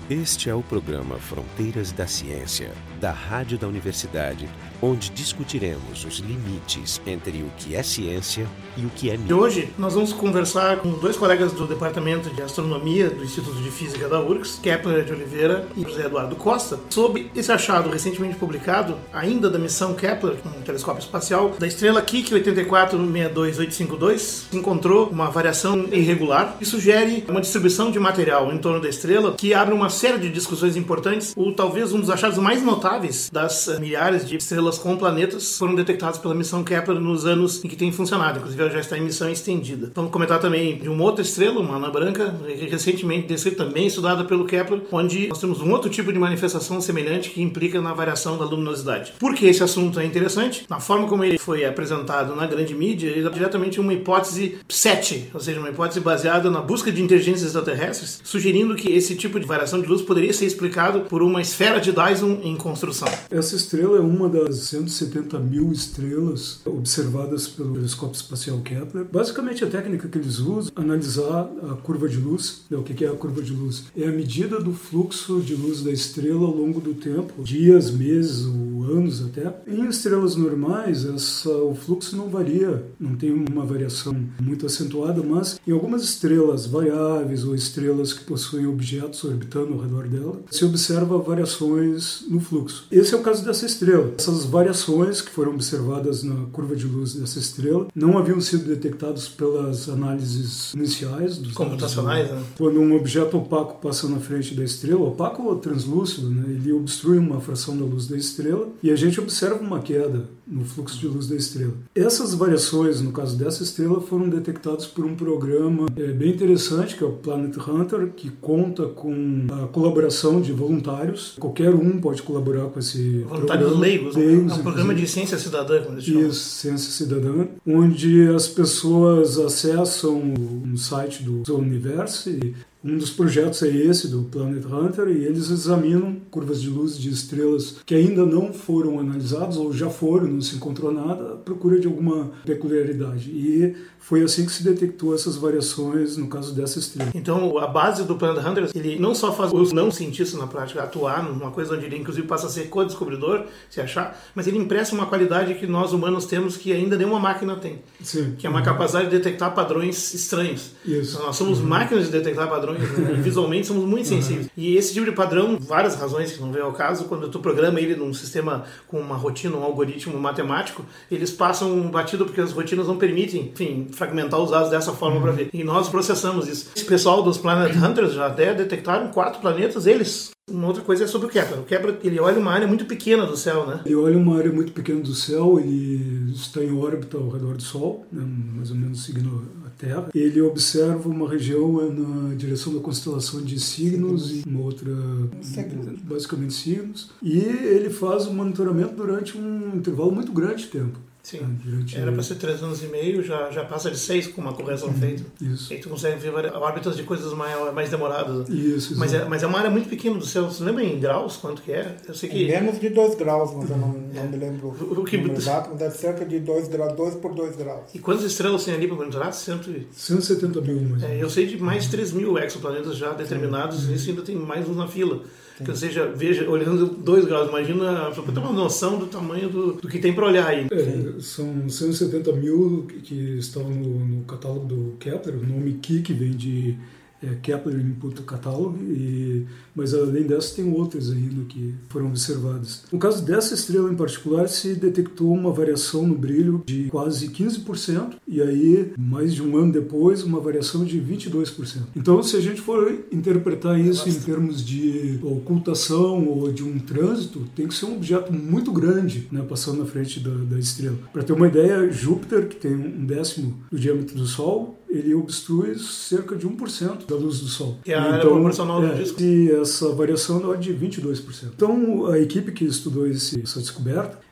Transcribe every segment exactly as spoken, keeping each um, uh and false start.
Este é o programa Fronteiras da Ciência, da Rádio da Universidade, onde discutiremos os limites entre o que é ciência e o que é mito. E hoje nós vamos conversar com dois colegas do Departamento de Astronomia do Instituto de Física da U R G S, Kepler de Oliveira e José Eduardo Costa, sobre esse achado recentemente publicado, ainda da missão Kepler, um telescópio espacial, da estrela Kiki oito quatro seis dois oito cinco dois, encontrou uma variação irregular que sugere uma distribuição de material em torno da estrela que abre uma série de discussões importantes. O talvez um dos achados mais notáveis das milhares de estrelas com planetas foram detectados pela missão Kepler nos anos em que tem funcionado. Inclusive, ela já está em missão estendida. Vamos comentar também de uma outra estrela, uma anã branca, recentemente descrita também, estudada pelo Kepler, onde nós temos um outro tipo de manifestação semelhante que implica na variação da luminosidade. Por que esse assunto é interessante? Na forma como ele foi apresentado na grande mídia, ele é diretamente uma hipótese sete, ou seja, uma hipótese baseada na busca de inteligências extraterrestres, sugerindo que esse tipo de variação de luz poderia ser explicado por uma esfera de Dyson em construção. Essa estrela é uma das cento e setenta mil estrelas observadas pelo telescópio espacial Kepler. Basicamente, a técnica que eles usam é analisar a curva de luz. O que é a curva de luz? É a medida do fluxo de luz da estrela ao longo do tempo, dias, meses ou anos até. Em estrelas normais, essa, o fluxo não varia, não tem uma variação muito acentuada, mas em algumas estrelas variáveis ou estrelas que possuem objetos orbitando ao redor dela, se observa variações no fluxo. Esse é o caso dessa estrela. Essas variações que foram observadas na curva de luz dessa estrela não haviam sido detectadas pelas análises iniciais dos computacionais, né? Quando um objeto opaco passa na frente da estrela, opaco ou translúcido, né? Ele obstrui uma fração da luz da estrela e a gente observa uma queda no fluxo de luz da estrela. Essas variações, no caso dessa estrela, foram detectadas por um programa é, bem interessante, que é o Planet Hunter, que conta com a colaboração de voluntários. Qualquer um pode colaborar com esse voluntários programa. leigos, leigos, é um programa de ciência cidadã, como eles chamam. Isso, ciência cidadã, onde as pessoas acessam um site do Universo. Um dos projetos é esse, do Planet Hunter, e eles examinam curvas de luz de estrelas que ainda não foram analisadas, ou já foram, não se encontrou nada, à procura de alguma peculiaridade. E foi assim que se detectou essas variações no caso dessa estrela. Então, a base do Planet Hunter, ele não só faz os não cientistas na prática atuar numa coisa onde ele, inclusive, passa a ser co-descobridor, se achar, mas ele empresta uma qualidade que nós humanos temos que ainda nenhuma máquina tem. Sim. Que é uma uhum. capacidade de detectar padrões estranhos. Isso. Então, nós somos uhum. máquinas de detectar padrões, né? E visualmente somos muito sensíveis. Uhum. E esse tipo de padrão, várias razões que não vem ao caso, quando tu programa ele num sistema com uma rotina, um algoritmo matemático, eles passam batido porque as rotinas não permitem, enfim, fragmentar os dados dessa forma uhum. para ver. E nós processamos isso. Esse pessoal dos Planet Hunters já até detectaram quatro planetas, eles. Uma outra coisa é sobre o Kepler. O Kepler, ele olha uma área muito pequena do céu, né? Ele olha uma área muito pequena do céu, ele está em órbita ao redor do Sol, né, mais ou menos seguindo a Terra. Ele observa uma região na direção da constelação de Signos e uma outra, basicamente Signos. E ele faz o monitoramento durante um intervalo muito grande de tempo. Sim, era para ser três anos e meio, já, já passa de seis com uma correção uhum, feita. Isso. E aí tu consegue ver órbitas de coisas mais, mais demoradas. Isso, mas é, mas é uma área muito pequena do céu. Você lembra em graus quanto que é? Eu sei que... É menos de dois graus, mas eu não, não me lembro o, o que... exato, mas é cerca de dois graus, dois por dois graus. E quantas estrelas tem ali para monitorar? cento e setenta mil. Mais é, eu sei de mais de três mil exoplanetas já determinados, uhum. e isso ainda tem mais uns na fila. Ou seja, veja, olhando dois graus, imagina, só para ter uma noção do tamanho do, do que tem para olhar aí. É, são cento e setenta mil que, que estão no, no catálogo do Kepler. O nome Kiki vem de é, Kepler Input Catalog, e, mas além dessas tem outras ainda que foram observadas. No caso dessa estrela em particular, se detectou uma variação no brilho de quase quinze por cento, e aí, mais de um ano depois, uma variação de vinte e dois por cento. Então, se a gente for interpretar isso em termos de ocultação ou de um trânsito, tem que ser um objeto muito grande, né, passando na frente da, da estrela. Para ter uma ideia, Júpiter, que tem um décimo do diâmetro do Sol, ele obstrui cerca de um por cento da luz do Sol. Que é a área proporcional do disco. E essa variação é de vinte e dois por cento. Então, a equipe que estudou esse, essa descoberta,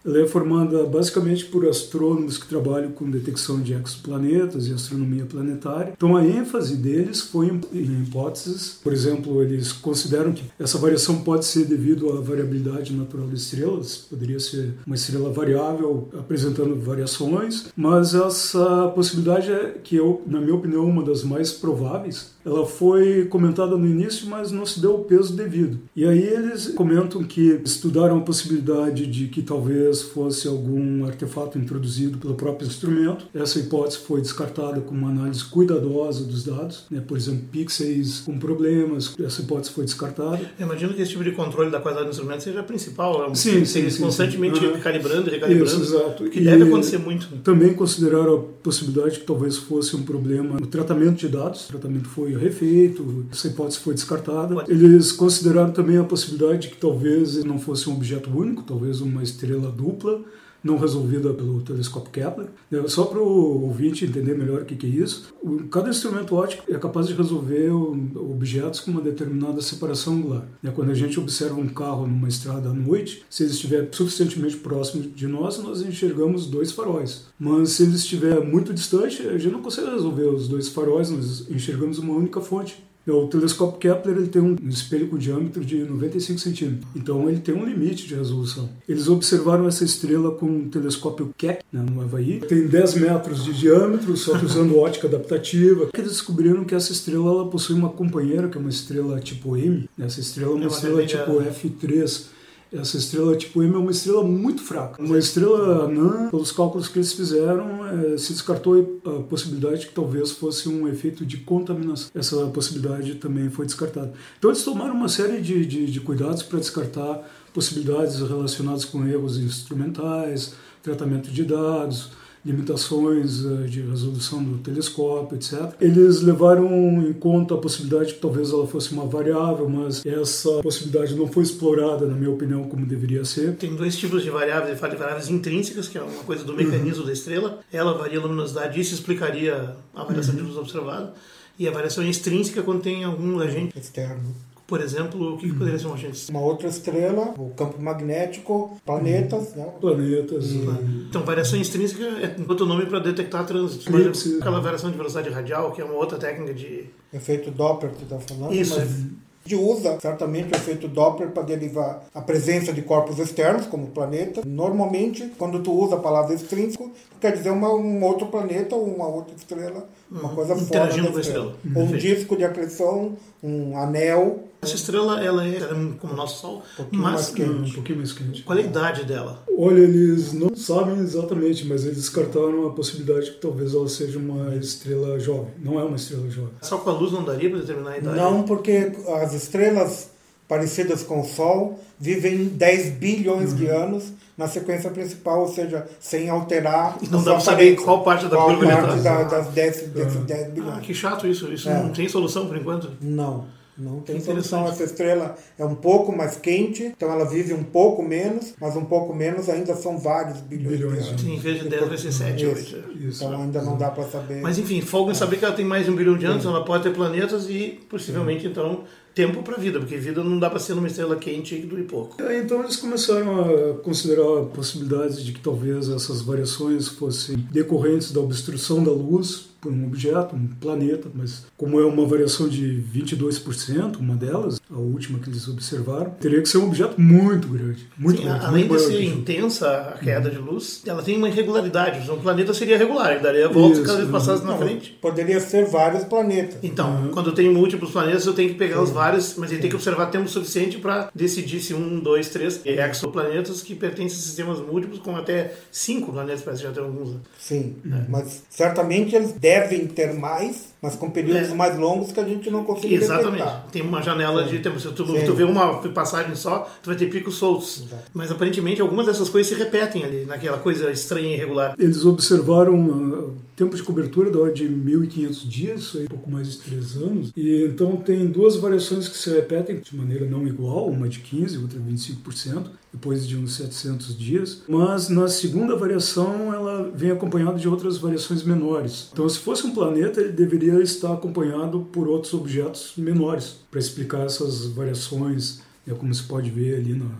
ela é formada basicamente por astrônomos que trabalham com detecção de exoplanetas e astronomia planetária. Então a ênfase deles foi em hipóteses, por exemplo, eles consideram que essa variação pode ser devido à variabilidade natural das estrelas, poderia ser uma estrela variável apresentando variações, mas essa possibilidade é que eu, na minha opinião, uma das mais prováveis. Ela foi comentada no início, mas não se deu o peso devido. E aí eles comentam que estudaram a possibilidade de que talvez fosse algum artefato introduzido pelo próprio instrumento. Essa hipótese foi descartada com uma análise cuidadosa dos dados, né? Por exemplo, pixels com problemas, essa hipótese foi descartada. Eu imagino que esse tipo de controle da qualidade do instrumento seja principal, é um sim, sim, sim, constantemente sim. recalibrando e recalibrando, isso, exato. o que e deve acontecer muito. Também consideraram a possibilidade de que talvez fosse um problema no tratamento de dados, o tratamento foi refeito, essa hipótese foi descartada. Pode. Eles consideraram também a possibilidade de que talvez não fosse um objeto único, talvez uma estrela dupla, não resolvida pelo telescópio Kepler. Só para o ouvinte entender melhor o que é isso, cada instrumento óptico é capaz de resolver objetos com uma determinada separação angular. Quando a gente observa um carro numa estrada à noite, se ele estiver suficientemente próximo de nós, nós enxergamos dois faróis. Mas se ele estiver muito distante, a gente não consegue resolver os dois faróis, nós enxergamos uma única fonte. O telescópio Kepler ele tem um espelho com diâmetro de noventa e cinco centímetros, então ele tem um limite de resolução. Eles observaram essa estrela com um telescópio Keck, né, no Havaí, tem dez metros de diâmetro, só que usando ótica adaptativa. Eles descobriram que essa estrela ela possui uma companheira, que é uma estrela tipo M. Essa estrela é uma, é uma estrela tipo F três. Essa estrela tipo M é uma estrela muito fraca. Uma estrela anã, pelos cálculos que eles fizeram, é, se descartou a possibilidade de que talvez fosse um efeito de contaminação. Essa possibilidade também foi descartada. Então eles tomaram uma série de, de, de cuidados para descartar possibilidades relacionadas com erros instrumentais, tratamento de dados, limitações de resolução do telescópio, etcétera. Eles levaram em conta a possibilidade de que talvez ela fosse uma variável, mas essa possibilidade não foi explorada, na minha opinião, como deveria ser. Tem dois tipos de variáveis. Ele fala de variáveis intrínsecas, que é uma coisa do mecanismo uhum. da estrela. Ela varia a luminosidade, isso explicaria a variação uhum. de luz observada. E a variação extrínseca quando tem algum agente externo. Por exemplo, o que, que poderia ser um agente? Uma outra estrela, o campo magnético, planetas. Né? Planetas. E... Então, variação extrínseca é outro nome para detectar trânsitos. Por exemplo, aquela variação de velocidade radial, que é uma outra técnica de... Efeito Doppler, que você está falando. Isso. Mas... A gente usa certamente o efeito Doppler para derivar a presença de corpos externos, como o planeta. Normalmente, quando tu usa a palavra extrínseco, quer dizer uma, um outro planeta ou uma outra estrela, uma coisa fora da estrela. Com a estrela. Ou um disco de acreção, um anel. Essa estrela, ela é como o nosso Sol, um mas mais quente. Um pouquinho mais quente. Qual é a idade dela? Olha, eles não sabem exatamente, mas eles descartaram a possibilidade de que talvez ela seja uma estrela jovem. Não é uma estrela jovem. Só com a luz não daria para determinar a idade? Não, porque as estrelas parecidas com o Sol vivem dez bilhões uhum. de anos na sequência principal, ou seja, sem alterar. Não dá para saber qual parte da curva ele está. Das dez, desses dez bilhões. Ah, que chato isso. Isso é. não tem solução por enquanto? Não. Não tem solução. Essa estrela é um pouco mais quente, então ela vive um pouco menos, mas um pouco menos ainda são vários bilhões, bilhões de anos. Sim, em vez de dez vai ser sete. Isso. Isso. Então ainda não dá para saber. Mas enfim, folga em saber que ela tem mais de um bilhão de anos, então ela pode ter planetas e possivelmente então tempo para vida, porque vida não dá para ser numa estrela quente e que dure pouco. Então eles começaram a considerar possibilidades de que talvez essas variações fossem decorrentes da obstrução da luz por um objeto, um planeta, mas como é uma variação de vinte e dois por cento, uma delas, a última que eles observaram, teria que ser um objeto muito grande. Muito Sim, grande além muito de ser intensa a queda de luz, ela tem uma irregularidade. Um planeta seria regular, ele daria voltas cada vez que passasse na frente. Poderia ser vários planetas. Então, uhum. quando eu tenho múltiplos planetas, eu tenho que pegar Sim. os vários, mas ele tem que observar tempo suficiente para decidir se um, dois, três exoplanetas que pertencem a sistemas múltiplos com até cinco planetas, parece que já tem alguns. Sim, uhum. mas certamente eles devem ter mais, mas com períodos é. mais longos que a gente não consegue Exatamente. detectar. Tem uma janela Sim. de tempo. Se tu, tu vê uma passagem só, tu vai ter picos soltos. Exato. Mas aparentemente algumas dessas coisas se repetem ali, naquela coisa estranha e irregular. Eles observaram uh, tempo de cobertura da ordem de mil e quinhentos dias, aí, pouco mais de três anos. E então tem duas variações que se repetem de maneira não igual, uma de quinze por cento, outra de vinte e cinco por cento, depois de uns setecentos dias. Mas na segunda variação ela vem acompanhada de outras variações menores. Então se fosse um planeta, ele deveria estar acompanhado por outros objetos menores para explicar essas variações, né, como se pode ver ali na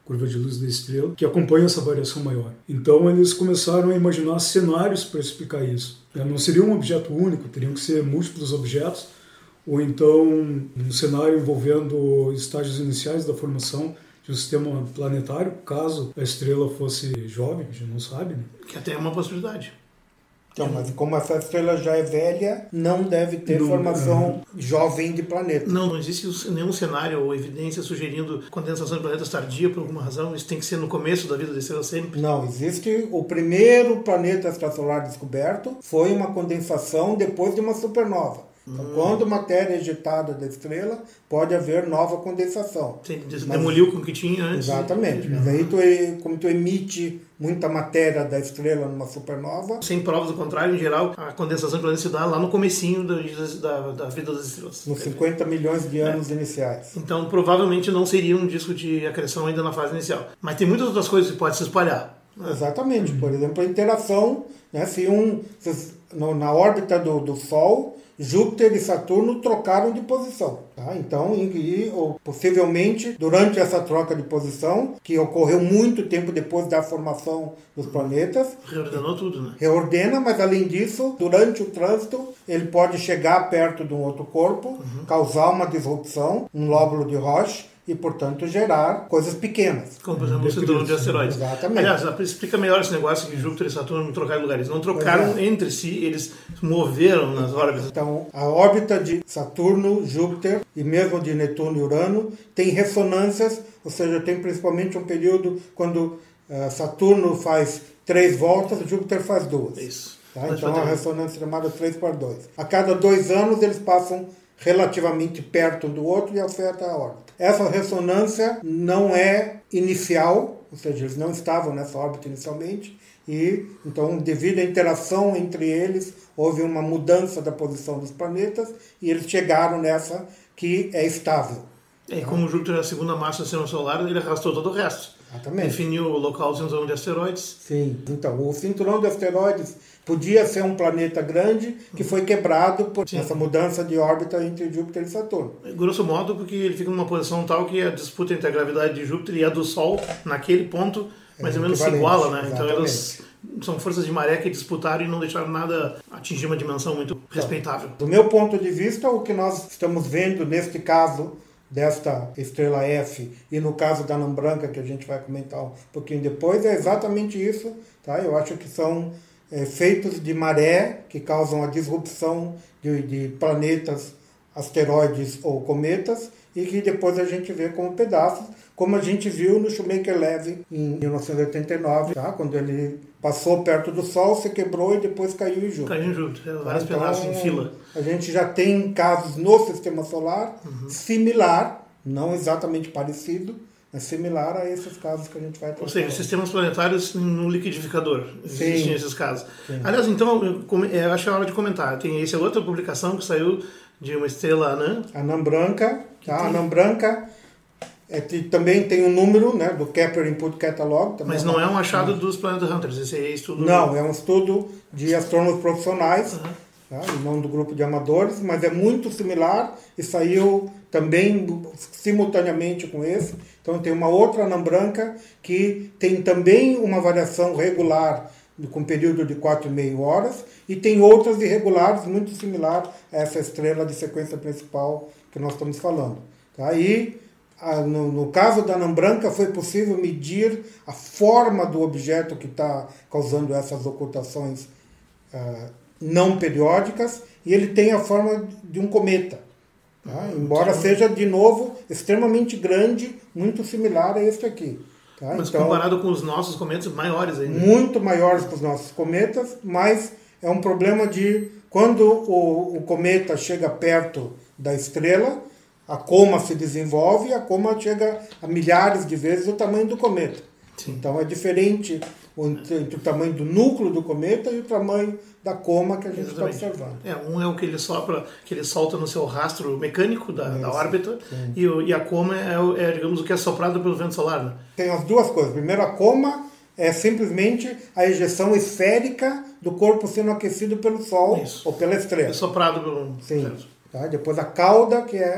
curva de luz da estrela, que acompanha essa variação maior. Então eles começaram a imaginar cenários para explicar isso. Não seria um objeto único, teriam que ser múltiplos objetos, ou então um cenário envolvendo estágios iniciais da formação de um sistema planetário, caso a estrela fosse jovem, a gente não sabe, né? Que até é uma possibilidade. Então, mas como essa estrela já é velha, não deve ter não, formação é... jovem de planeta. Não, não existe nenhum cenário ou evidência sugerindo condensação de planetas tardia por alguma razão. Isso tem que ser no começo da vida da estrela sempre. Não, existe o primeiro planeta extrasolar descoberto, foi uma condensação depois de uma supernova. Então, hum. quando matéria é ejetada da estrela, pode haver nova condensação. Sim, demoliu com o que tinha antes. Exatamente. Mas aí, tu, como tu emite muita matéria da estrela numa supernova... Sem provas do contrário, em geral, a condensação de planetas se dá lá no comecinho da, da, da vida das estrelas. Nos cinquenta milhões de anos é. iniciais. Então, provavelmente não seria um disco de acreção ainda na fase inicial. Mas tem muitas outras coisas que podem se espalhar. Né? Exatamente. Por exemplo, a interação, né, se um, se, no, na órbita do, do Sol... Júpiter e Saturno trocaram de posição. Tá? Então, e, ou, possivelmente, durante essa troca de posição, que ocorreu muito tempo depois da formação dos planetas... Reordenou tudo, né? Reordena, mas além disso, durante o trânsito, ele pode chegar perto de um outro corpo, uhum. causar uma disrupção, um lóbulo de Roche, e, portanto, gerar coisas pequenas. Como, por exemplo, o cinturão de asteroides. Exatamente. Aliás, explica melhor esse negócio que Júpiter e Saturno trocaram de lugares. Não trocaram é. entre si, eles moveram nas órbitas. Então, a órbita de Saturno, Júpiter e mesmo de Netuno e Urano tem ressonâncias, ou seja, tem principalmente um período quando uh, Saturno faz três voltas, Júpiter faz duas. Isso. Tá? Então, a ressonância chamada três por dois. A cada dois anos, eles passam relativamente perto um do outro e afeta a órbita. Essa ressonância não é inicial, ou seja, eles não estavam nessa órbita inicialmente, e então, devido à interação entre eles, houve uma mudança da posição dos planetas e eles chegaram nessa que é estável. E como Júpiter é a segunda massa do sistema solar, ele arrastou todo o resto. Exatamente. Definiu o local do cinturão de asteroides. Sim, então o cinturão de asteroides podia ser um planeta grande que foi quebrado por Sim. essa mudança de órbita entre Júpiter e Saturno. Grosso modo, porque ele fica numa posição tal que a disputa entre a gravidade de Júpiter e a do Sol, naquele ponto, mais é ou menos se iguala, né? Exatamente. Então elas são forças de maré que disputaram e não deixaram nada atingir uma dimensão muito então, respeitável. Do meu ponto de vista, o que nós estamos vendo neste caso desta estrela F e no caso da anã branca, que a gente vai comentar um pouquinho depois, é exatamente isso. Tá? Eu acho que são efeitos de maré que causam a disrupção de, de planetas, asteroides ou cometas e que depois a gente vê como pedaços, como a gente viu no Shoemaker-Levy em mil novecentos e oitenta e nove, tá? Quando ele passou perto do Sol, se quebrou e depois caiu em Júpiter. Caiu em Júpiter, vários então, pedaços em fila. A gente já tem casos no Sistema Solar uhum. similar, não exatamente parecido, mas similar a esses casos que a gente vai tratar. Ou seja, sistemas planetários no liquidificador. Existem Sim. esses casos. Sim. Aliás, então, eu acho que é hora de comentar. Tem essa outra publicação que saiu de uma estrela anã. Anã branca. Tá? A anã branca é, também tem um número, né, do Kepler Input Catalog. Mas não é um achado não. dos Planet Hunters, esse é estudo... Não, é um estudo de astrônomos profissionais, uhum. tá? E não do grupo de amadores, mas é muito similar e saiu também simultaneamente com esse. Então tem uma outra anã branca que tem também uma variação regular com período de quatro e meia horas e tem outras irregulares muito similar a essa estrela de sequência principal que nós estamos falando. Tá? E no, no caso da anã branca foi possível medir a forma do objeto que está causando essas ocultações uh, não periódicas e ele tem a forma de um cometa. Tá? Embora seja, de novo, extremamente grande, muito similar a este aqui. Tá? Mas então, comparado com os nossos cometas, maiores ainda. Muito maiores que os nossos cometas, mas é um problema de quando o, o cometa chega perto da estrela, a coma se desenvolve e a coma chega a milhares de vezes o tamanho do cometa. Sim. Então é diferente entre, entre o tamanho do núcleo do cometa e o tamanho da coma que a gente está observando. É, um é o que ele sopra, que ele solta no seu rastro mecânico da, da órbita, e, o, e a coma é, é, digamos, o que é soprado pelo vento solar. Né? Tem as duas coisas. Primeiro, a coma é simplesmente a ejeção esférica do corpo sendo aquecido pelo Sol Isso. ou pela estrela. É soprado pelo... Sim. Tá? Depois a cauda, que é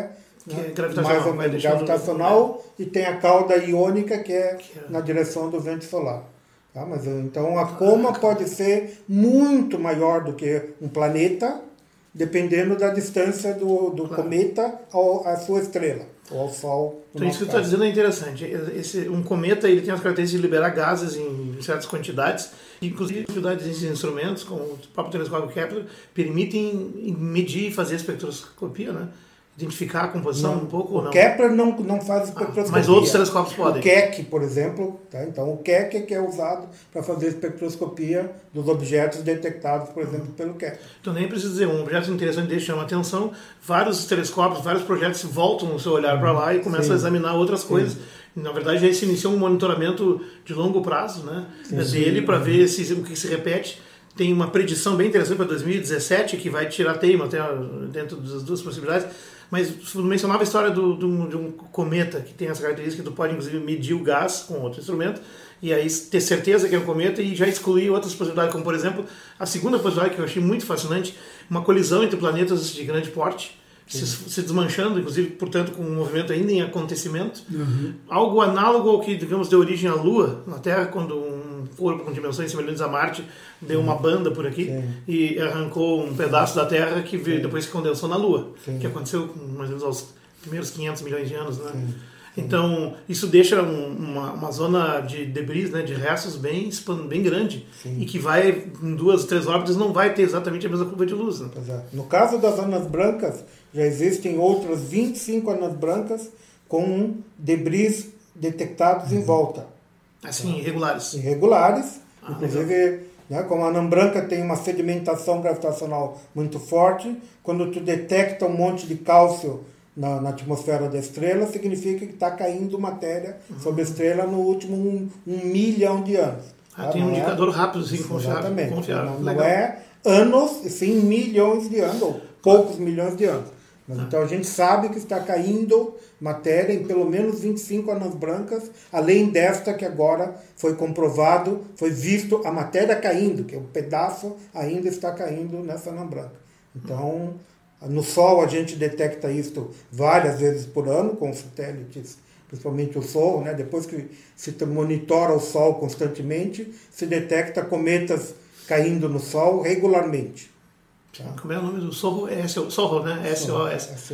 Que né? é gravitacional. Mais ou menos gravitacional, e tem a cauda iônica, que é, que é na direção do vento solar. Tá? Mas, então a coma pode ser muito maior do que um planeta, dependendo da distância do, do claro. cometa ao, à sua estrela, ou ao Sol. Então isso que você está dizendo é interessante. Esse, um cometa ele tem as características de liberar gases em certas quantidades, inclusive quantidades desses instrumentos, como o próprio telescópio Kepler, permitem medir e fazer espectroscopia, né? Identificar a composição não, um pouco ou não? O Kepler não, não faz espectroscopia. Ah, mas outros telescópios podem. O Keck, por exemplo, tá? Então o Keck é que é usado para fazer espectroscopia dos objetos detectados, por exemplo, pelo Kepler. Então nem preciso dizer, um objeto interessante desse chama atenção, vários telescópios, vários projetos voltam o seu olhar para lá e começam sim. a examinar outras coisas. Sim. Na verdade já se iniciou um monitoramento de longo prazo, né, sim, dele para ver se, o que se repete. Tem uma predição bem interessante para dois mil e dezessete, que vai tirar teima até dentro das duas possibilidades. Mas você mencionava a história do, do, de um cometa que tem as características que tu pode, inclusive, medir o gás com outro instrumento e aí ter certeza que é um cometa e já excluir outras possibilidades, como, por exemplo, a segunda possibilidade que eu achei muito fascinante, uma colisão entre planetas de grande porte, se, se desmanchando, inclusive, portanto, com um movimento ainda em acontecimento. Uhum. Algo análogo ao que, digamos, deu origem à Lua, na Terra, quando um corpo com dimensões semelhantes a Marte deu uma banda por aqui Sim. e arrancou um pedaço da Terra que veio, depois se condensou na Lua, Sim. que aconteceu mais ou menos aos primeiros quinhentos milhões de anos, né? Sim. Sim. Então, isso deixa um, uma, uma zona de debris, né, de restos bem, bem grande Sim. e que vai, em duas, três órbitas, não vai ter exatamente a mesma curva de luz. Né? No caso das anãs brancas, já existem outras vinte e cinco anãs brancas com debris detectados uhum. em volta. Assim, tá? irregulares. Irregulares, ah, inclusive, né, como a anã branca tem uma sedimentação gravitacional muito forte, quando tu detecta um monte de cálcio na, na atmosfera da estrela, significa que está caindo matéria uhum. sobre a estrela no último um, um milhão de anos. Ah, tá? Tem um não indicador é, rápido, sim, confiável. Exatamente. Confiável. Não, não é anos, e sim milhões de anos, ou poucos milhões de anos. Mas, ah. Então a gente sabe que está caindo matéria em pelo menos vinte e cinco anãs brancas, além desta que agora foi comprovado, foi visto a matéria caindo, que o pedaço ainda está caindo nessa anã branca. Então, no Sol a gente detecta isso várias vezes por ano, com satélites, principalmente o Sol, né? Depois que se monitora o Sol constantemente, se detecta cometas caindo no Sol regularmente. Tá? Como é o nome do Sorro? É Sorro, né? S O S.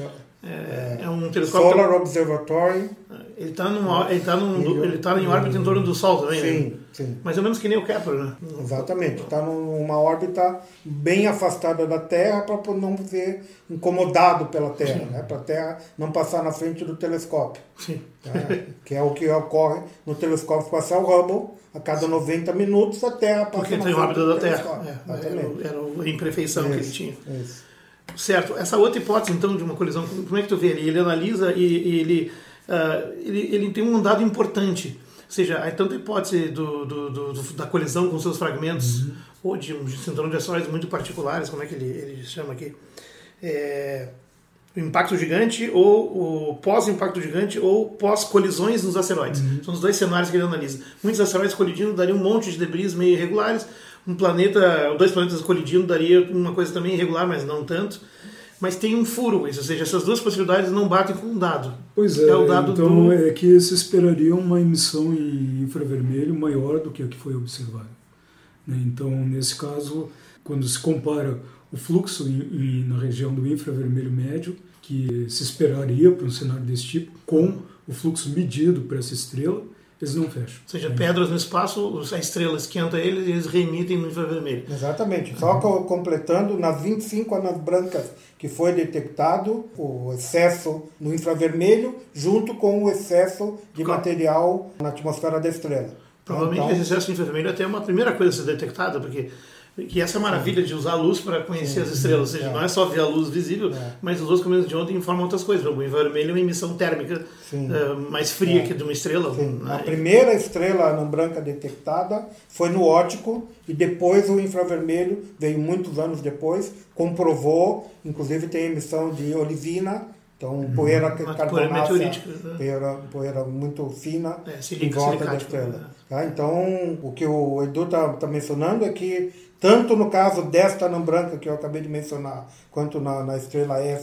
É, é um telescópio. Solar Observatory. Ele está ele tá ele tá em órbita em torno do Sol também, sim, né? Sim. Mais ou menos que nem o Kepler, né? Exatamente. Está numa órbita bem afastada da Terra para não ser incomodado pela Terra, né? Para a Terra não passar na frente do telescópio. Sim. Tá? Que é o que ocorre no telescópio espacial Hubble. A cada noventa minutos a Terra passa Porque na tem frente órbita do da telescópio. Terra. É, era, era a imperfeição isso, que ele tinha. Isso. Certo. Essa outra hipótese, então, de uma colisão, como é que tu vê ele? Ele analisa e, e ele, uh, ele, ele tem um dado importante. Ou seja, há tanta hipótese do, do, do, do, da colisão com seus fragmentos, uhum. ou de um cinturão de asteroides muito particulares, como é que ele, ele chama aqui? É, o impacto gigante, ou o pós-impacto gigante, ou pós-colisões nos asteroides. Uhum. São os dois cenários que ele analisa. Muitos asteroides colidindo dariam um monte de debris meio irregulares. Um planeta, dois planetas colidindo daria uma coisa também irregular, mas não tanto. Mas tem um furo, isso, ou seja, essas duas possibilidades não batem com um dado. Pois é, é o dado então do... é que se esperaria uma emissão em infravermelho maior do que a que foi observada. Então, nesse caso, quando se compara o fluxo em, em, na região do infravermelho médio, que se esperaria para um cenário desse tipo, com o fluxo medido para essa estrela, eles não fecham. Ou seja, pedras no espaço, a estrela esquenta eles e eles reemitem no infravermelho. Exatamente. Só uhum. completando, nas vinte e cinco anãs brancas que foi detectado o excesso no infravermelho, junto com o excesso de claro. material na atmosfera da estrela. Provavelmente então, esse excesso de infravermelho até é uma primeira coisa a ser detectada, porque que essa é a maravilha de usar a luz para conhecer sim, as estrelas, ou seja, é. não é só ver a luz visível, é. mas os outros caminhos de ontem informam outras coisas. O infravermelho é uma emissão térmica uh, mais fria é. que de uma estrela. Sim. A primeira estrela anã branca detectada foi no óptico e depois o infravermelho, veio muitos anos depois, comprovou, inclusive tem emissão de olivina, então uhum. poeira carbonácea, poeira, poeira muito fina é, silica, em volta da estrela. É. Tá? Então, o que o Edu está tá mencionando é que tanto no caso desta anã branca que eu acabei de mencionar, quanto na, na estrela F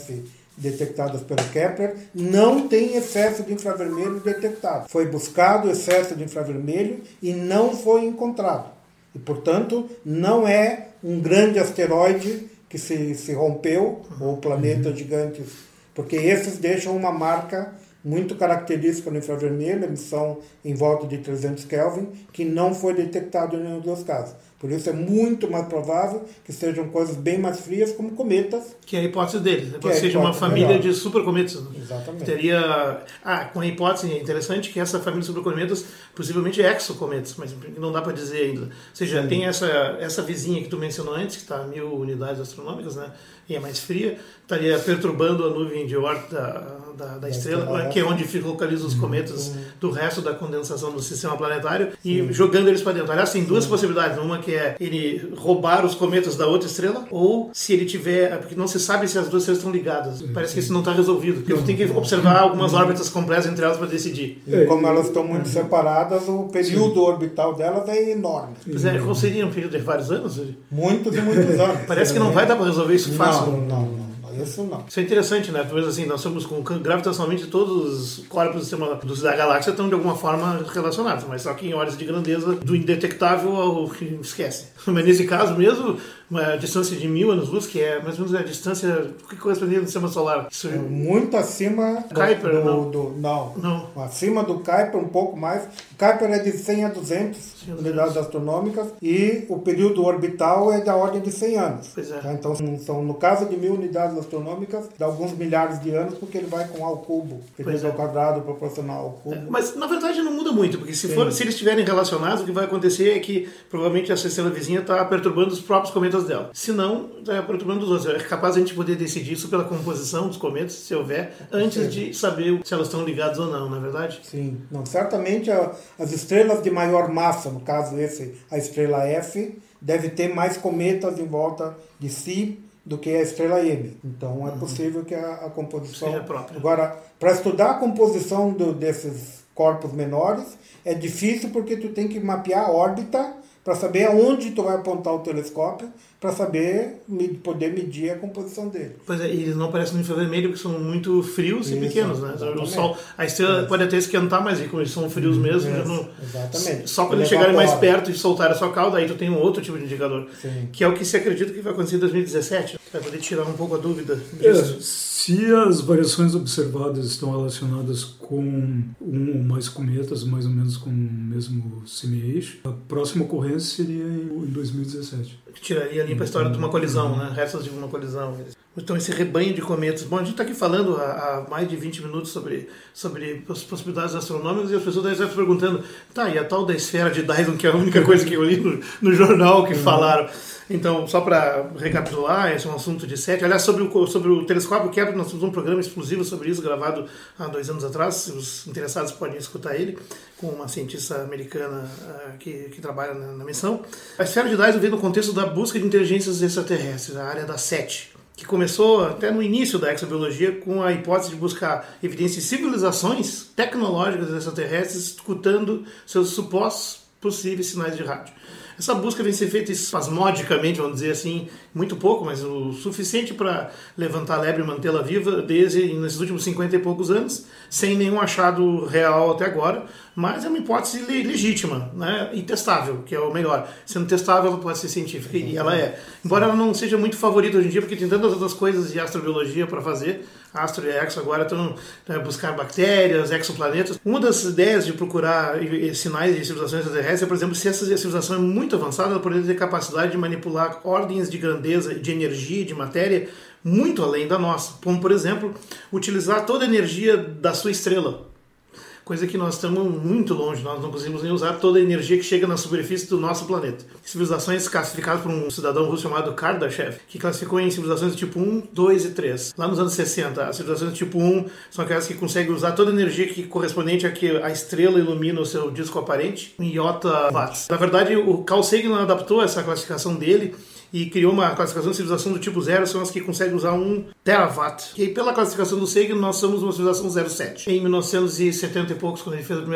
detectadas pelo Kepler, não tem excesso de infravermelho detectado. Foi buscado excesso de infravermelho e não foi encontrado. E, portanto, não é um grande asteroide que se, se rompeu, ou planetas gigantes, porque esses deixam uma marca muito característica no infravermelho, emissão em volta de trezentos Kelvin, que não foi detectado em nenhum dos casos. Por isso é muito mais provável que sejam coisas bem mais frias, como cometas. Que é a hipótese dele. Que é seja uma família melhor. de supercometas. Exatamente. Teria... Ah, com a hipótese interessante que essa família de supercometas possivelmente é exocometas, mas não dá para dizer ainda. Ou seja, Sim. tem essa, essa vizinha que tu mencionou antes, que está a mil unidades astronômicas, né? E é mais fria, estaria perturbando a nuvem de Oort da, da, da, da estrela, estrela, que é onde fica localiza os cometas uhum. do resto da condensação do sistema planetário, Sim. e jogando eles para dentro. Aliás, tem duas Sim. possibilidades. Uma que é ele roubar os cometas da outra estrela, ou se ele tiver... Porque não se sabe se as duas estrelas estão ligadas. Sim. Parece que isso não está resolvido. Porque tu tem que observar algumas órbitas completas entre elas para decidir. E como elas estão muito uhum. separadas, o período Sim. orbital delas é enorme. Pois é, qual seria um período de vários anos? Muitos e muitos anos. Parece que não vai dar para resolver isso fácil. Não, não, não. Isso não. Isso é interessante, né? Talvez assim, nós somos com gravitacionalmente todos os corpos do sistema da galáxia estão de alguma forma relacionados, mas só que em ordens de grandeza do indetectável ao que esquece. Mas nesse caso mesmo, uma distância de mil anos-luz, que é mais ou menos a distância que corresponde ao sistema solar. Isso é muito acima do Kuiper, do, não. Do, não. não. Acima do Kuiper, um pouco mais. O Kuiper é de cem a duzentos unidades astronômicas e o período orbital é da ordem de cem anos. Pois é. Tá? Então, são, no caso de mil unidades astronômicas, dá alguns milhares de anos, porque ele vai com A ao cubo, período ao quadrado proporcional ao cubo. É, mas, na verdade, não muda muito, porque se, for, se eles estiverem relacionados, o que vai acontecer é que, provavelmente, essa estrela vizinha está perturbando os próprios cometas dela. Se não, está perturbando os outros. É capaz a gente poder decidir isso pela composição dos cometas, se houver, antes Sim. de saber se elas estão ligadas ou não, não é verdade? Sim. Não, certamente, a, as estrelas de maior massa, no caso esse, a estrela F, deve ter mais cometas em volta de si do que a estrela M. Então, é uhum. possível que a, a composição... seja própria. Agora, para estudar a composição do, desses corpos menores, é difícil porque tu tem que mapear a órbita para saber aonde tu vai apontar o telescópio, para saber, poder medir a composição dele. Pois é, e eles não aparecem no infravermelho porque são muito frios Isso, e pequenos, né? O Sol, a estrela é. pode até esquentar, mas como eles são frios mesmo, é. não, exatamente. Só quando eles chegarem mais perto e soltarem a sua cauda, aí tu tem um outro tipo de indicador, Sim. que é o que se acredita que vai acontecer em dois mil e dezessete, para poder tirar um pouco a dúvida disso. É, se as variações observadas estão relacionadas com um ou mais cometas, mais ou menos com o mesmo semi-eixo, a próxima ocorrência seria em dois mil e dezessete. Que tiraria ali para a história de uma colisão, né? Restos de uma colisão. Então, esse rebanho de cometas. Bom, a gente está aqui falando há, há mais de vinte minutos sobre, sobre as possibilidades astronômicas e as pessoas devem estar se perguntando, tá, e a tal da esfera de Dyson, que é a única coisa que eu li no, no jornal que falaram. Então, só para recapitular, esse é um assunto de sete. Aliás, sobre o, sobre o telescópio Kepler, nós temos um programa exclusivo sobre isso, gravado há dois anos atrás. Os interessados podem escutar ele, com uma cientista americana uh, que, que trabalha na, na missão. A esfera de Dyson veio no contexto da busca de inteligências extraterrestres, a área da sete, que começou até no início da exobiologia com a hipótese de buscar evidências de civilizações tecnológicas extraterrestres escutando seus supostos possíveis sinais de rádio. Essa busca vem ser feita espasmodicamente, vamos dizer assim, muito pouco, mas o suficiente para levantar a lebre e mantê-la viva desde nesses últimos cinquenta e poucos anos, sem nenhum achado real até agora, mas é uma hipótese legítima, né, e testável, que é o melhor. Sendo testável, ela pode ser científica, e ela é. Embora ela não seja muito favorita hoje em dia, porque tem tantas outras coisas de astrobiologia para fazer, Astro e Exo agora estão né, buscar bactérias, exoplanetas. Uma das ideias de procurar sinais de civilizações extraterrestres é, por exemplo, se essa civilização é muito avançada, ela poderia ter capacidade de manipular ordens de grandeza, de energia, de matéria, muito além da nossa. Como, por exemplo, utilizar toda a energia da sua estrela. Coisa que nós estamos muito longe, nós não conseguimos nem usar toda a energia que chega na superfície do nosso planeta. Civilizações classificadas por um cidadão russo chamado Kardashev, que classificou em civilizações do tipo um, dois e três. Lá nos anos sessenta, as civilizações do tipo um são aquelas que conseguem usar toda a energia que correspondente a que a estrela ilumina o seu disco aparente, em iota watts. Na verdade, o Carl Sagan adaptou essa classificação dele e criou uma classificação de civilização do tipo zero, são as que conseguem usar um terawatt. E pela classificação do Sagan, nós somos uma civilização zero vírgula sete. Em mil novecentos e setenta e poucos, quando ele fez a primeira vez.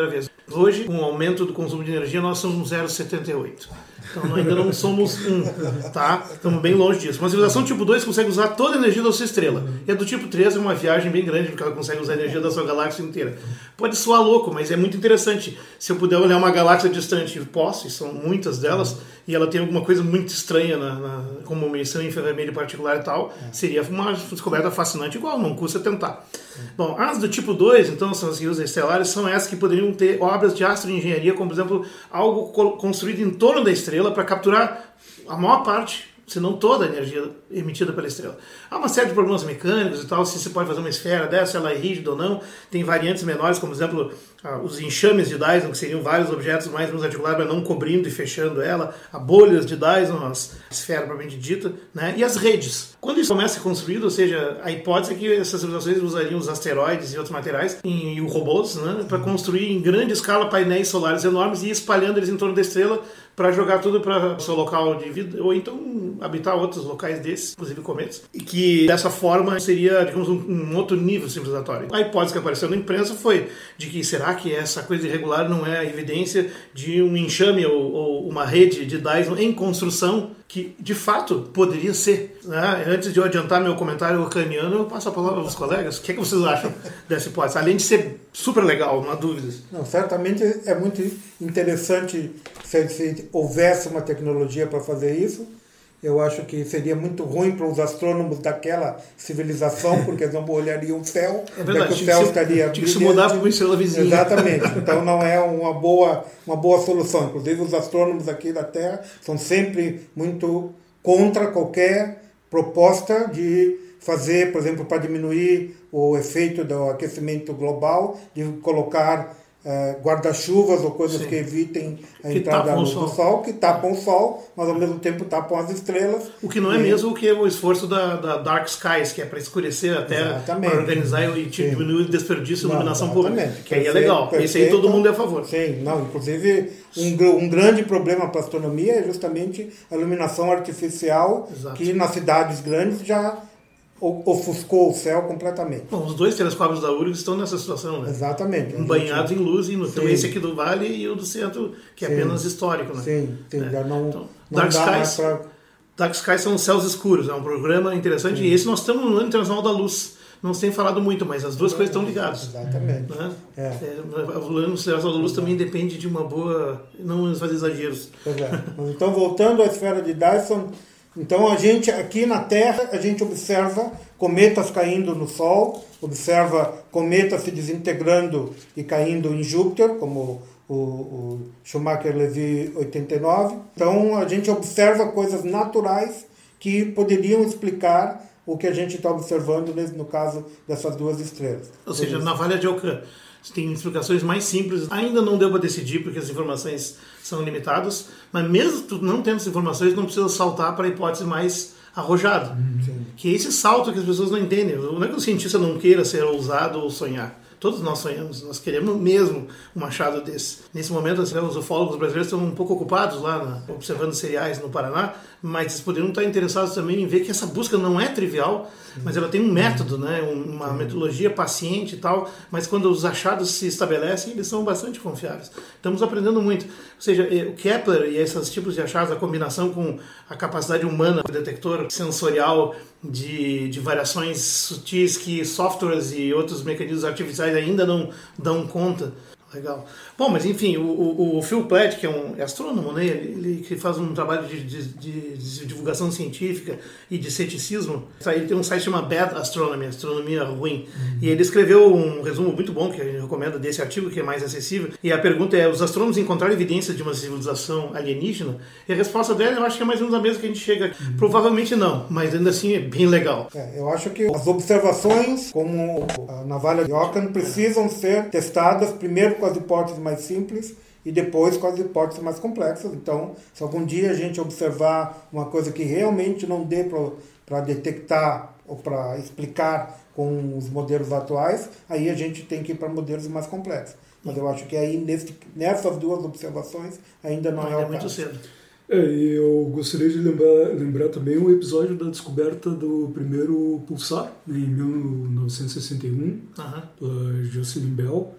Hoje, com o aumento do consumo de energia, nós somos zero vírgula setenta e oito. Então ainda não somos um, tá? Estamos bem longe disso. Uma civilização tipo dois consegue usar toda a energia da sua estrela. E a do tipo três é uma viagem bem grande, porque ela consegue usar a energia da sua galáxia inteira. Pode soar louco, mas é muito interessante. Se eu puder olhar uma galáxia distante, eu posso, e são muitas delas, e ela tem alguma coisa muito estranha, na, na, como uma emissão infravermelha particular e tal, seria uma descoberta fascinante igual, não custa tentar. Bom, as do tipo dois, então, são as que usam estelares, são essas que poderiam ter obras de astroengenharia, como, por exemplo, algo construído em torno da estrela para capturar a maior parte, se não toda a energia emitida pela estrela. Há uma série de problemas mecânicos e tal, se você pode fazer uma esfera dessa, se ela é rígida ou não. Tem variantes menores, como, por exemplo, os enxames de Dyson, que seriam vários objetos mais ou menos articulados, mas não cobrindo e fechando ela. As bolhas de Dyson, a esfera propriamente dita, né? E as redes. Quando isso começa a ser construído, ou seja, a hipótese é que essas civilizações usariam os asteroides e outros materiais e os robôs, né, para construir em grande escala painéis solares enormes e ir espalhando eles em torno da estrela para jogar tudo para o seu local de vida, ou então habitar outros locais desses, inclusive cometas, e que dessa forma seria, digamos, um, um outro nível civilizatório. A hipótese que apareceu na imprensa foi de que será que essa coisa irregular não é a evidência de um enxame ou, ou uma rede de Dyson em construção, que de fato poderia ser, né? Antes de eu adiantar meu comentário ucraniano, eu passo a palavra aos colegas. O que é que vocês acham dessa hipótese? Além de ser super legal, não há dúvidas. Não, certamente é muito interessante se, se houvesse uma tecnologia para fazer isso. Eu acho que seria muito ruim para os astrônomos daquela civilização, porque eles não olhariam o céu, é verdade, o céu se, estaria tinha que se mudar para uma estrela vizinha. Exatamente. Então não é uma boa, uma boa solução. Inclusive os astrônomos aqui da Terra são sempre muito contra qualquer proposta de fazer, por exemplo, para diminuir o efeito do aquecimento global, de colocar Uh, guarda-chuvas ou coisas Sim. que evitem a que entrada da luz do sol, que tapam o sol, mas ao mesmo tempo tapam as estrelas. O que não é e... mesmo o que é o esforço da, da Dark Skies, que é para escurecer a Terra, para organizar e Sim. diminuir o desperdício de iluminação pública. Que aí é legal. Perfeito. Esse aí todo mundo é a favor. Sim, não, inclusive um, um grande problema para a astronomia é justamente a iluminação artificial, Exato. Que nas cidades grandes já ofuscou o céu completamente. Bom, os dois telescópios da U R G S estão nessa situação, né? Exatamente. Banhados em luz, e então esse aqui do Vale e o do centro, que é sim. apenas histórico, né? Sim, sim, é. já não, então, não Dark dá Skies, pra... Dark Skies são os céus escuros, é um programa interessante, sim. e esse nós estamos no Ano Internacional da Luz. Não se tem falado muito, mas as duas é, coisas estão ligadas. Exatamente. Né? É. É, o Ano Internacional da Luz é. também depende de uma boa... Não vamos fazer exageros. Pois é. Então, voltando à esfera de Dyson... Então, a gente, aqui na Terra, a gente observa cometas caindo no Sol, observa cometas se desintegrando e caindo em Júpiter, como o, o Schumacher-Levy oitenta e nove. Então, a gente observa coisas naturais que poderiam explicar o que a gente está observando, no caso dessas duas estrelas. Ou seja, na Valha de Ockham tem explicações mais simples. Ainda não deu para decidir porque as informações são limitadas, mas mesmo tu não tendo essas informações, não precisa saltar para a hipótese mais arrojada. Sim. Que é esse salto que as pessoas não entendem. Não é que o cientista não queira ser ousado ou sonhar. Todos nós sonhamos, nós queremos mesmo um achado desse. Nesse momento, os ufólogos brasileiros estão um pouco ocupados lá, na, observando cereais no Paraná, mas eles poderiam estar interessados também em ver que essa busca não é trivial, mas ela tem um método, né? Uma metodologia paciente e tal, mas quando os achados se estabelecem, eles são bastante confiáveis. Estamos aprendendo muito. Ou seja, o Kepler e esses tipos de achados, a combinação com a capacidade humana, o detector sensorial de, de variações sutis que softwares e outros mecanismos artificiais ainda não dão conta. Legal. Bom, mas enfim, o, o, o Phil Platt, que é um astrônomo, né, ele, ele que faz um trabalho de, de, de, de divulgação científica e de ceticismo, ele tem um site chamado Bad Astronomy, Astronomia Ruim, uhum. e ele escreveu um resumo muito bom, que a gente recomenda desse artigo, que é mais acessível, e a pergunta é, os astrônomos encontraram evidências de uma civilização alienígena? E a resposta dela, eu acho que é mais ou menos a mesma que a gente chega. Uhum. Provavelmente não, mas ainda assim é bem legal. É, eu acho que as observações, como a navalha de Ockham, precisam ser testadas primeiro com as hipóteses mais simples e depois com as hipóteses mais complexas. Então, se algum dia a gente observar uma coisa que realmente não dê para detectar ou para explicar com os modelos atuais, aí a gente tem que ir para modelos mais complexos. Mas eu acho que aí nesse, nessas duas observações ainda não, não é o caso. Muito cedo. É, e eu gostaria de lembrar, lembrar também o episódio da descoberta do primeiro pulsar, né, em mil novecentos e sessenta e um, uhum. pela Jocelyn Bell.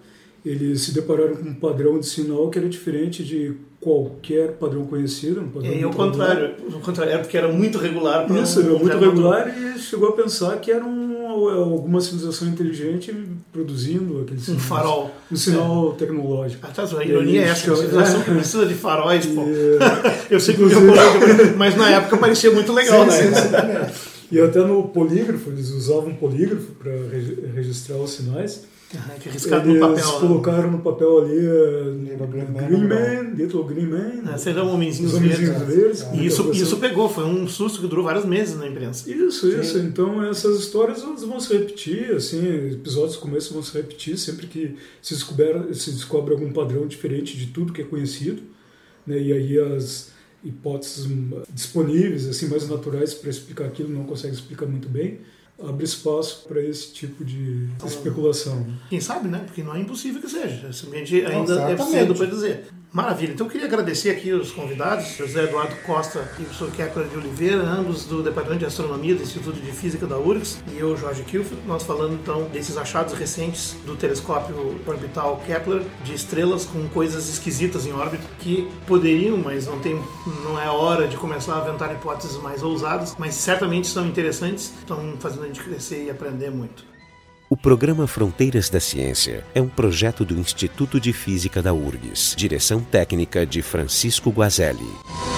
eles se depararam com um padrão de sinal que era diferente de qualquer padrão conhecido. Um padrão e ao contrário, o contrário, era porque era muito regular. Isso, era muito regular e chegou a pensar que era um, alguma civilização inteligente produzindo aquele sinal. Um farol. Um sinal é. tecnológico. Ah, tá, a ironia é essa, a civilização que precisa de faróis, pô. E, eu sei que o meu colega, mas na época parecia muito legal, sim, né? Sim, sim. E até no polígrafo, eles usavam polígrafo para registrar os sinais. Ah, que arriscado eles no papel. colocaram né? no papel ali Little Green Man, Green Man, Little Green Man. Ah, serão homenzinhos verdes. verdes ah, e isso, isso pegou, foi um susto que durou vários meses na imprensa. Isso, Sim. isso. Então essas histórias elas vão se repetir, assim, episódios como esse vão se repetir sempre que se, descober, se descobre algum padrão diferente de tudo que é conhecido, né? E aí as hipóteses disponíveis, assim, mais naturais para explicar aquilo não conseguem explicar muito bem. Abre espaço para esse tipo de especulação. Quem sabe, né? Porque não é impossível que seja. Simplesmente ainda é cedo para dizer. Maravilha. Então eu queria agradecer aqui os convidados, José Eduardo Costa e o professor Kepler de Oliveira, ambos do Departamento de Astronomia do Instituto de Física da U R G S, e eu, Jorge Kilfield, nós falando então desses achados recentes do telescópio orbital Kepler, de estrelas com coisas esquisitas em órbita que poderiam, mas não, tem, não é hora de começar a aventar hipóteses mais ousadas, mas certamente são interessantes, estão fazendo a gente crescer e aprender muito. O programa Fronteiras da Ciência é um projeto do Instituto de Física da U R G S. Direção técnica de Francisco Guazelli.